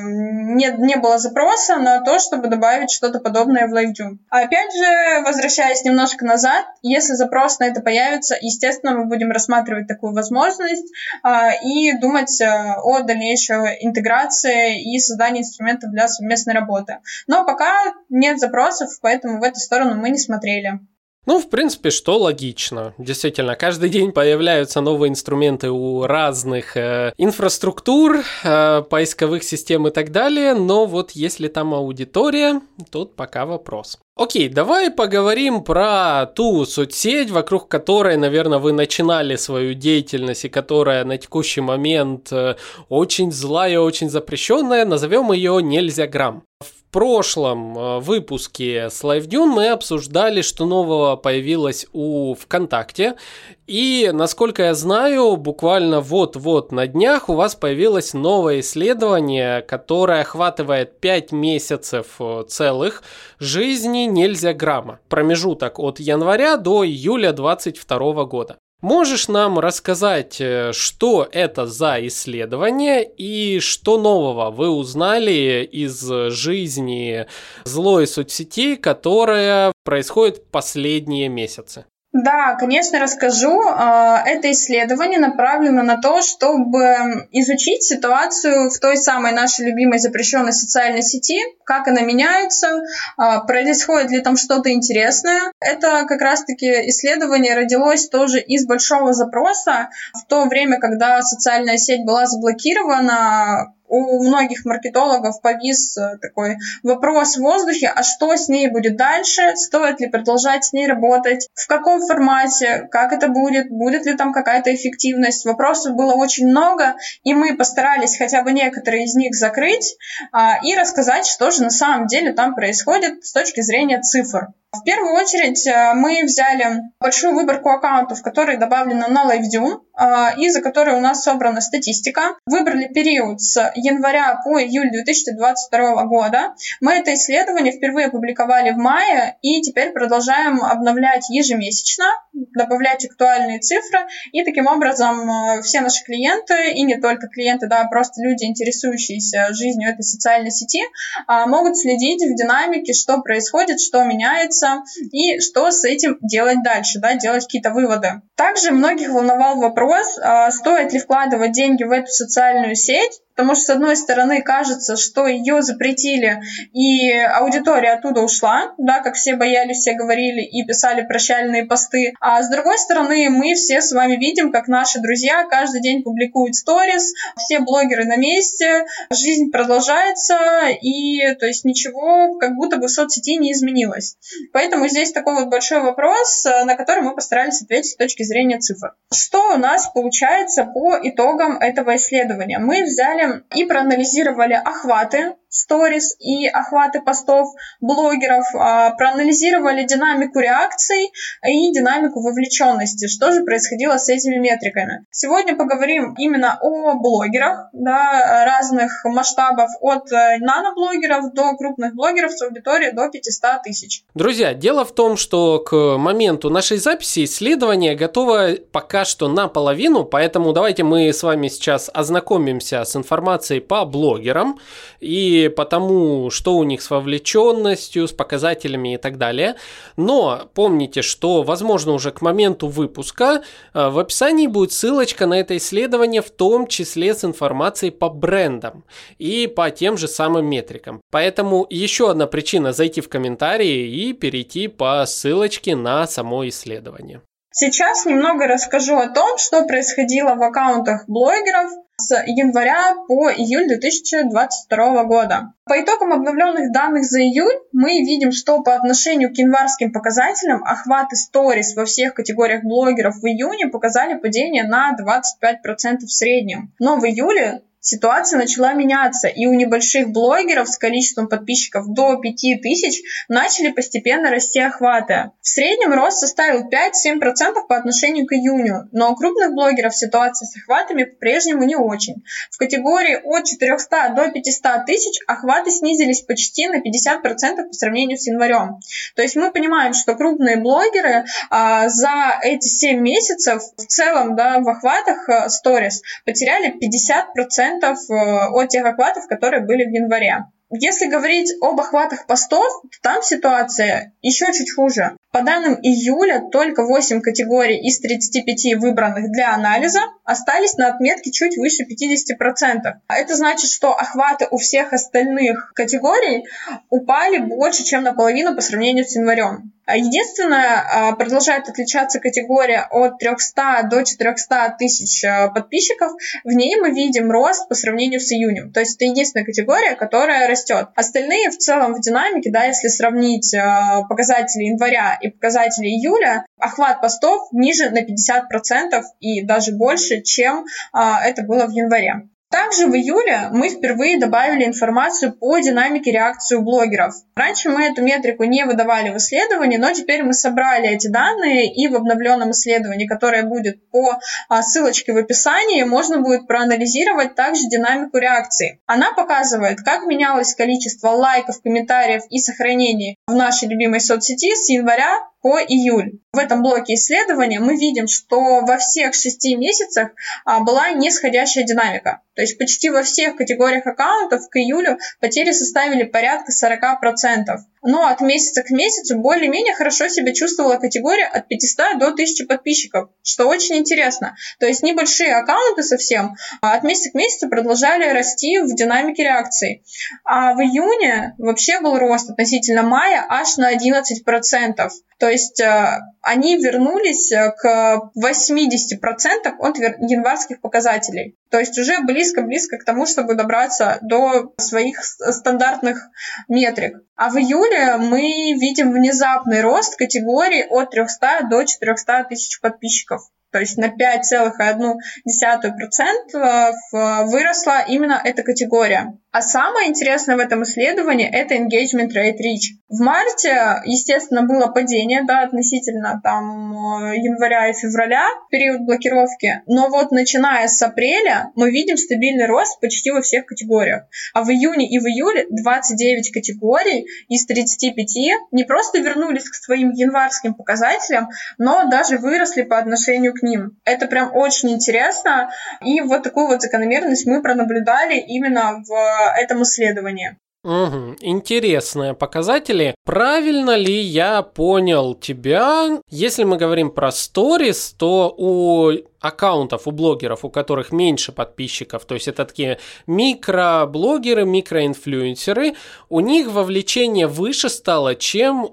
не было запроса на то, чтобы добавить что-то подобное в LiveDune. Опять же, возвращаясь немножко назад, если запрос на это появится, естественно, мы будем рассматривать такую возможность и думать о дальнейшей интеграции и создании инструментов для совместной работы. Но пока нет запросов, поэтому в эту сторону мы не смотрели. Ну, в принципе, что логично. Действительно, каждый день появляются новые инструменты у разных инфраструктур, поисковых систем и так далее, но вот если там аудитория, тут пока вопрос. Окей, давай поговорим про ту соцсеть, вокруг которой, наверное, вы начинали свою деятельность и которая на текущий момент очень злая, очень запрещенная, назовем ее Нельзяграм. В прошлом выпуске с LiveDune мы обсуждали, что нового появилось у ВКонтакте. И, насколько я знаю, буквально вот-вот на днях у вас появилось новое исследование, которое охватывает 5 месяцев целых жизни Нельзяграма. Промежуток от января до июля 2022 года. Можешь нам рассказать, что это за исследование и что нового вы узнали из жизни злой соцсети, которая происходит в последние месяцы? Да, конечно, расскажу. Это исследование направлено на то, чтобы изучить ситуацию в той самой нашей любимой запрещенной социальной сети, как она меняется, происходит ли там что-то интересное. Это как раз-таки исследование родилось тоже из большого запроса. В то время, когда социальная сеть была заблокирована, у многих маркетологов повис такой вопрос в воздухе, а что с ней будет дальше, стоит ли продолжать с ней работать, в каком формате, как это будет ли там какая-то эффективность. Вопросов было очень много, и мы постарались хотя бы некоторые из них закрыть и рассказать, что же на самом деле там происходит с точки зрения цифр. В первую очередь мы взяли большую выборку аккаунтов, которые добавлены на LiveDune, и за которые у нас собрана статистика. Выбрали период с января по июль 2022 года. Мы это исследование впервые опубликовали в мае и теперь продолжаем обновлять ежемесячно, добавлять актуальные цифры. И таким образом все наши клиенты, и не только клиенты, да, просто люди, интересующиеся жизнью этой социальной сети, могут следить в динамике, что происходит, что меняется, и что с этим делать дальше, да, делать какие-то выводы. Также многих волновал вопрос, стоит ли вкладывать деньги в эту социальную сеть, потому что, с одной стороны, кажется, что ее запретили, и аудитория оттуда ушла, да, как все боялись, все говорили и писали прощальные посты. А с другой стороны, мы все с вами видим, как наши друзья каждый день публикуют сторис, все блогеры на месте, жизнь продолжается, и то есть ничего как будто бы в соцсети не изменилось. Поэтому здесь такой вот большой вопрос, на который мы постарались ответить с точки зрения цифр. Что у нас получается по итогам этого исследования? Мы взяли и проанализировали охваты сторис и охваты постов блогеров, проанализировали динамику реакций и динамику вовлеченности, что же происходило с этими метриками. Сегодня поговорим именно о блогерах, да, разных масштабов, от наноблогеров до крупных блогеров с аудиторией до 500 тысяч. Друзья, дело в том, что к моменту нашей записи исследование готово пока что наполовину, поэтому давайте мы с вами сейчас ознакомимся с информацией по блогерам и по тому, что у них с вовлеченностью, с показателями и так далее. Но помните, что, возможно, уже к моменту выпуска в описании будет ссылочка на это исследование, в том числе с информацией по брендам и по тем же самым метрикам. Поэтому еще одна причина зайти в комментарии и перейти по ссылочке на само исследование. Сейчас немного расскажу о том, что происходило в аккаунтах блогеров с января по июль 2022 года. По итогам обновленных данных за июль мы видим, что по отношению к январским показателям охваты сторис во всех категориях блогеров в июне показали падение на 25% в среднем. Но в июле ситуация начала меняться, и у небольших блогеров с количеством подписчиков до 5000 начали постепенно расти охваты. В среднем рост составил 5-7% по отношению к июню, но у крупных блогеров ситуация с охватами по-прежнему не очень. В категории от 400 до 500 тысяч охваты снизились почти на 50% по сравнению с январем. То есть мы понимаем, что крупные блогеры за эти 7 месяцев в целом, да, в охватах сторис потеряли 50% от тех охватов, которые были в январе. Если говорить об охватах постов, то там ситуация еще чуть хуже. По данным июля, только 8 категорий из 35 выбранных для анализа остались на отметке чуть выше 50%. А это значит, что охваты у всех остальных категорий упали больше, чем наполовину по сравнению с январем. Единственное, продолжает отличаться категория от 300 до 400 тысяч подписчиков. В ней мы видим рост по сравнению с июнем. То есть это единственная категория, которая растет. Остальные в целом в динамике, да, если сравнить показатели января и показатели июля, охват постов ниже на 50% и даже больше, чем это было в январе. Также в июле мы впервые добавили информацию по динамике реакции у блогеров. Раньше мы эту метрику не выдавали в исследовании, но теперь мы собрали эти данные, и в обновленном исследовании, которое будет по ссылочке в описании, можно будет проанализировать также динамику реакции. Она показывает, как менялось количество лайков, комментариев и сохранений в нашей любимой соцсети с января по июль. В этом блоке исследования мы видим, что во всех 6 месяцах была нисходящая динамика. То есть почти во всех категориях аккаунтов к июлю потери составили порядка 40%. Но от месяца к месяцу более-менее хорошо себя чувствовала категория от 500 до 1000 подписчиков, что очень интересно. То есть небольшие аккаунты совсем от месяца к месяцу продолжали расти в динамике реакции. А в июне вообще был рост относительно мая аж на 11%. То есть они вернулись к 80% от январских показателей. То есть уже близко-близко к тому, чтобы добраться до своих стандартных метрик. А в июле мы видим внезапный рост категории от 300 до 400 тысяч подписчиков. То есть на 5,1% выросла именно эта категория. А самое интересное в этом исследовании – это engagement rate reach. В марте, естественно, было падение, да, относительно января и февраля, период блокировки. Но вот начиная с апреля мы видим стабильный рост почти во всех категориях. А в июне и в июле 29 категорий из 35 не просто вернулись к своим январским показателям, но даже выросли по отношению к ним. Это прям очень интересно. И вот такую вот закономерность мы пронаблюдали именно в этом исследовании. Угу. Интересные показатели. Правильно ли я понял тебя? Если мы говорим про сторис, то у аккаунтов, у блогеров, у которых меньше подписчиков, то есть это такие микроблогеры, микроинфлюенсеры, у них вовлечение выше стало, чем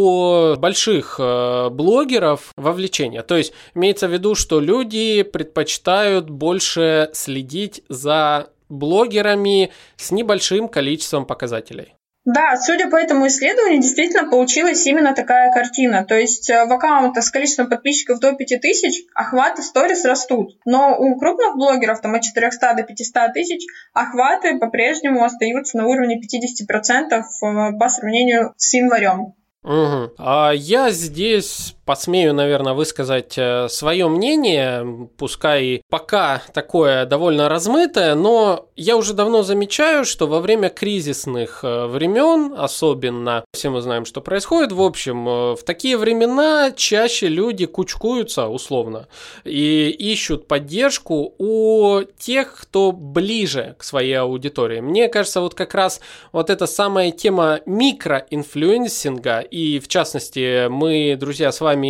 у больших блогеров вовлечение. То есть имеется в виду, что люди предпочитают больше следить за блогерами с небольшим количеством показателей. Да, судя по этому исследованию, действительно получилась именно такая картина. То есть в аккаунтах с количеством подписчиков до 5000 охваты сторис растут. Но у крупных блогеров от 400 до 500 тысяч охваты по-прежнему остаются на уровне 50% по сравнению с январем. Угу. А я здесь посмею, наверное, высказать свое мнение, пускай пока такое довольно размытое, но я уже давно замечаю, что во время кризисных времен, особенно, все мы знаем, что происходит, в общем, в такие времена чаще люди кучкуются, условно, и ищут поддержку у тех, кто ближе к своей аудитории. Мне кажется, вот как раз вот эта самая тема микроинфлюенсинга, и в частности, мы, друзья, с вами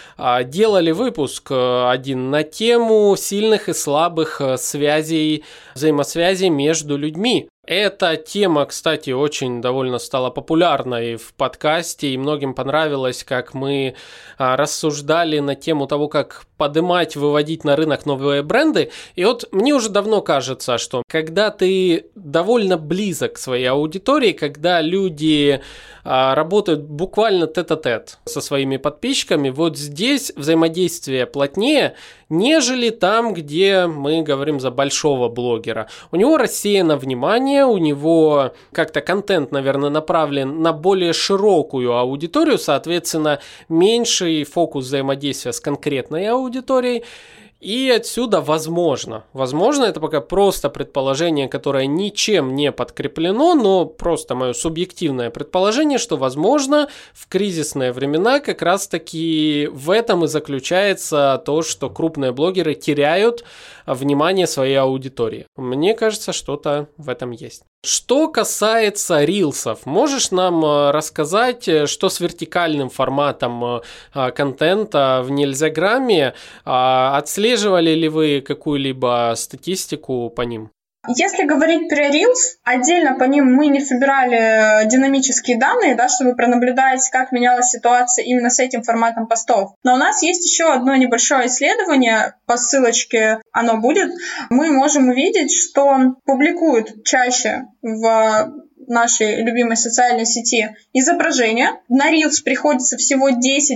делали выпуск один на тему сильных и слабых связей, взаимосвязей между людьми. Эта тема, кстати, очень довольно стала популярной в подкасте, и многим понравилось, как мы рассуждали на тему того, как поднимать, выводить на рынок новые бренды. И вот мне уже давно кажется, что когда ты довольно близок к своей аудитории, когда люди работают буквально тет-а-тет со своими подписчиками, вот здесь взаимодействие плотнее, нежели там, где мы говорим за большого блогера. У него рассеяно внимание, у него как-то контент, наверное, направлен на более широкую аудиторию, соответственно, меньший фокус взаимодействия с конкретной аудиторией. И отсюда возможно, это пока просто предположение, которое ничем не подкреплено, но просто мое субъективное предположение, что возможно в кризисные времена как раз таки в этом и заключается то, что крупные блогеры теряют внимание своей аудитории. Мне кажется, что-то в этом есть. Что касается рилсов, можешь нам рассказать, что с вертикальным форматом контента в Нельзяграме? Отслеживали ли вы какую-либо статистику по ним? Если говорить про Reels, отдельно по ним мы не собирали динамические данные, да, чтобы пронаблюдать, как менялась ситуация именно с этим форматом постов. Но у нас есть еще одно небольшое исследование, по ссылочке оно будет. Мы можем увидеть, что публикуют чаще в нашей любимой социальной сети изображения. На Reels приходится всего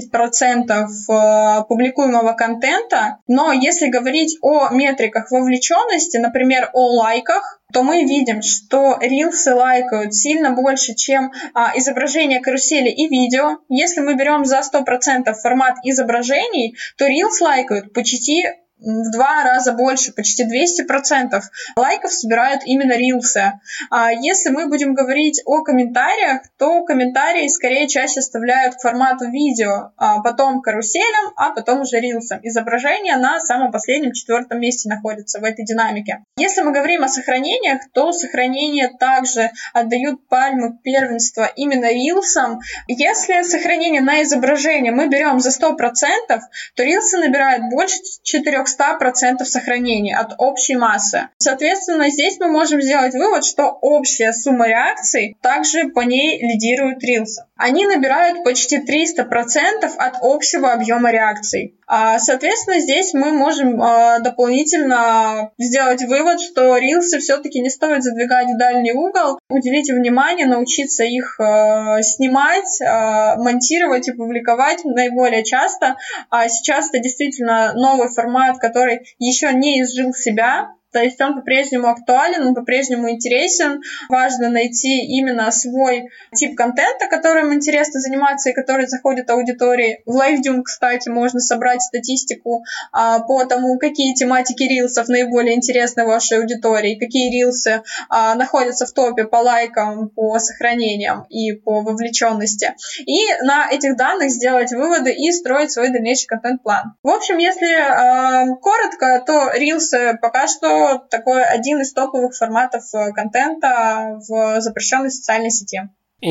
10% публикуемого контента, но если говорить о метриках вовлеченности, например, о лайках, то мы видим, что рилсы лайкают сильно больше, чем изображения карусели и видео. Если мы берем за 100% формат изображений, то рилс лайкают почти в 2 раза больше, почти 200% лайков собирают именно рилсы. А если мы будем говорить о комментариях, то комментарии скорее чаще оставляют к формату видео, а потом каруселям, а потом уже рилсам. Изображение на самом последнем 4-м месте находится в этой динамике. Если мы говорим о сохранениях, то сохранения также отдают пальму первенства именно рилсам. Если сохранение на изображение мы берем за 100%, то рилсы набирают больше 400% сохранения от общей массы. Соответственно, здесь мы можем сделать вывод, что общая сумма реакций также по ней лидирует рилсы. Они набирают почти 300% от общего объема реакций. Соответственно, здесь мы можем дополнительно сделать вывод, что рилсы все-таки не стоит задвигать в дальний угол. Уделите внимание, научиться их снимать, монтировать и публиковать наиболее часто. Сейчас это действительно новый формат, который еще не изжил себя. То есть он по-прежнему актуален, он по-прежнему интересен. Важно найти именно свой тип контента, которым интересно заниматься и который заходит аудитории. В LiveDune, кстати, можно собрать статистику по тому, какие тематики рилсов наиболее интересны вашей аудитории, какие рилсы находятся в топе по лайкам, по сохранениям и по вовлеченности. И на этих данных сделать выводы и строить свой дальнейший контент-план. В общем, если коротко, то рилсы пока что такой один из топовых форматов контента в запрещенной социальной сети.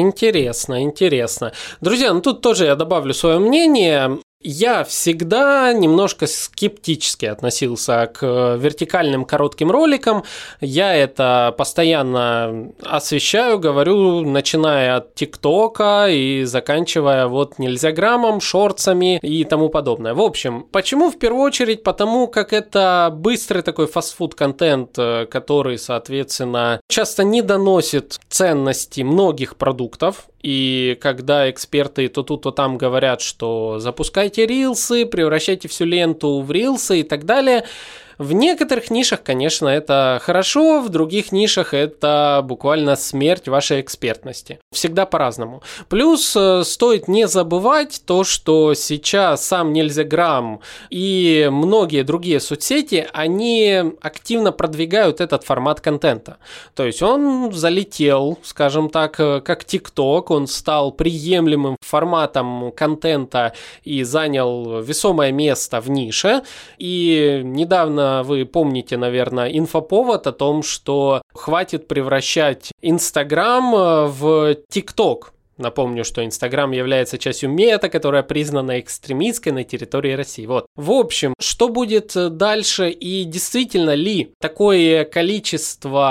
Интересно. Друзья, тут тоже я добавлю свое мнение. Я всегда немножко скептически относился к вертикальным коротким роликам. Я это постоянно освещаю, говорю, начиная от ТикТока и заканчивая Нельзяграммом, шортсами и тому подобное. В общем, почему? В первую очередь потому, как это быстрый такой фастфуд-контент, который, соответственно, часто не доносит ценности многих продуктов. И когда эксперты то тут, то там говорят, что запускайте рилсы, превращайте всю ленту в рилсы и так далее, в некоторых нишах, конечно, это хорошо, в других нишах это буквально смерть вашей экспертности. Всегда по-разному. Плюс стоит не забывать то, что сейчас сам Нельзяграм и многие другие соцсети, они активно продвигают этот формат контента. То есть он залетел, скажем так, как ТикТок, он стал приемлемым форматом контента и занял весомое место в нише. И недавно вы помните, наверное, инфоповод о том, что хватит превращать Инстаграм в ТикТок. Напомню, что Инстаграм является частью мета, которая признана экстремистской на территории России. В общем, что будет дальше и действительно ли такое количество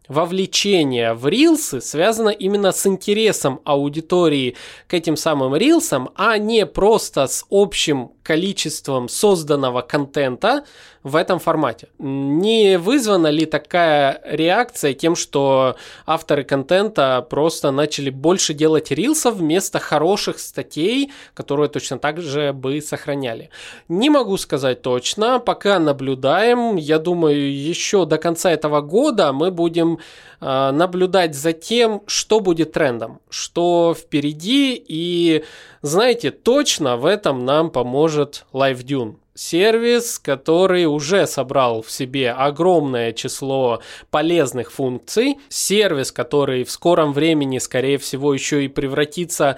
вовлечение в рилсы связано именно с интересом аудитории к этим самым рилсам, а не просто с общим количеством созданного контента в этом формате. Не вызвана ли такая реакция тем, что авторы контента просто начали больше делать рилсов вместо хороших статей, которые точно так же бы сохраняли? Не могу сказать точно, пока наблюдаем. Я думаю, еще до конца этого года мы будем наблюдать за тем, что будет трендом, что впереди, и знаете, точно в этом нам поможет LiveDune. Сервис, который уже собрал в себе огромное число полезных функций. Сервис, который в скором времени, скорее всего, еще и превратится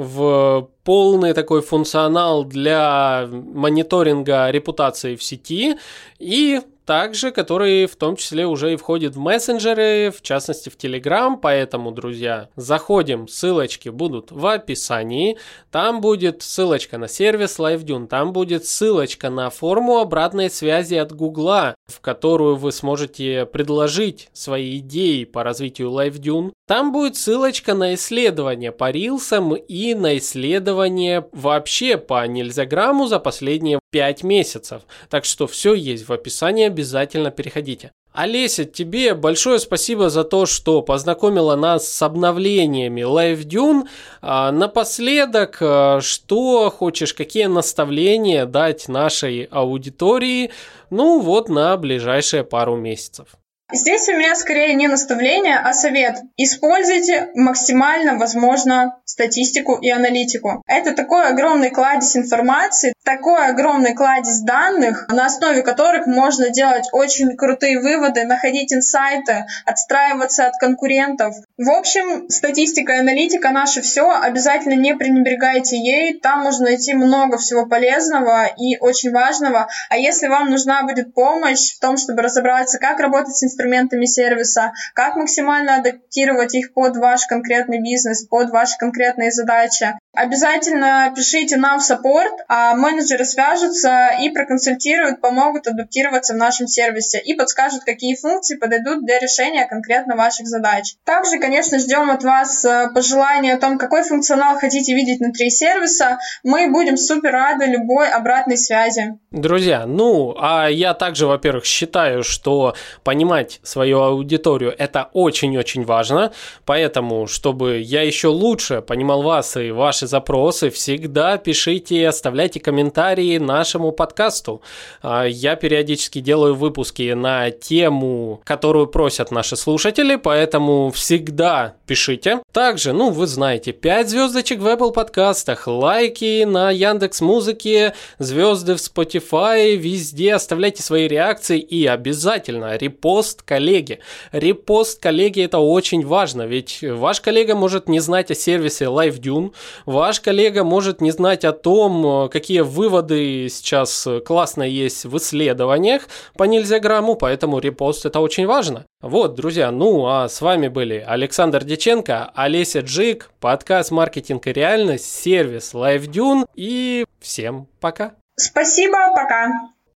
в полный такой функционал для мониторинга репутации в сети. И также, который в том числе уже и входит в мессенджеры, в частности в Telegram. Поэтому, друзья, заходим, ссылочки будут в описании. Там будет ссылочка на сервис LiveDune, там будет ссылочка на форму обратной связи от Гугла, в которую вы сможете предложить свои идеи по развитию LiveDune. Там будет ссылочка на исследования по рилсам и на исследования вообще по Нельзяграмму за последние 5 месяцев. Так что все есть в описании, обязательно переходите. Олеся, тебе большое спасибо за то, что познакомила нас с обновлениями LiveDune. Напоследок, что хочешь, какие наставления дать нашей аудитории, на ближайшие пару месяцев? Здесь у меня скорее не наставление, а совет. Используйте максимально возможно статистику и аналитику. Это такой огромный кладезь информации, такой огромный кладезь данных, на основе которых можно делать очень крутые выводы, находить инсайты, отстраиваться от конкурентов. В общем, статистика и аналитика — наше все. Обязательно не пренебрегайте ей. Там можно найти много всего полезного и очень важного. А если вам нужна будет помощь в том, чтобы разобраться, как работать с инструментами сервиса, как максимально адаптировать их под ваш конкретный бизнес, под ваши конкретные задачи, обязательно пишите нам в саппорт, а менеджеры свяжутся и проконсультируют, помогут адаптироваться в нашем сервисе и подскажут, какие функции подойдут для решения конкретно ваших задач. Также, конечно, ждем от вас пожелания о том, какой функционал хотите видеть внутри сервиса. Мы будем супер рады любой обратной связи. Друзья, а я также, во-первых, считаю, что понимать свою аудиторию – это очень-очень важно, поэтому, чтобы я еще лучше понимал вас и ваши запросы, всегда пишите, оставляйте комментарии нашему подкасту. Я периодически делаю выпуски на тему, которую просят наши слушатели, поэтому всегда пишите. Также, вы знаете, 5 звездочек в Apple подкастах, лайки на Яндекс.Музыке, звезды в Spotify, везде оставляйте свои реакции и обязательно репост коллеге. Репост коллеге — это очень важно, ведь ваш коллега может не знать о сервисе LiveDune, ваш коллега может не знать о том, какие выводы сейчас классно есть в исследованиях по Нельзяграмму, поэтому репост — это очень важно. Вот, друзья, а с вами были Александр Дьяченко, Олеся Джик, подкаст «Маркетинг и реальность», сервис LiveDune, и всем пока. Спасибо, пока.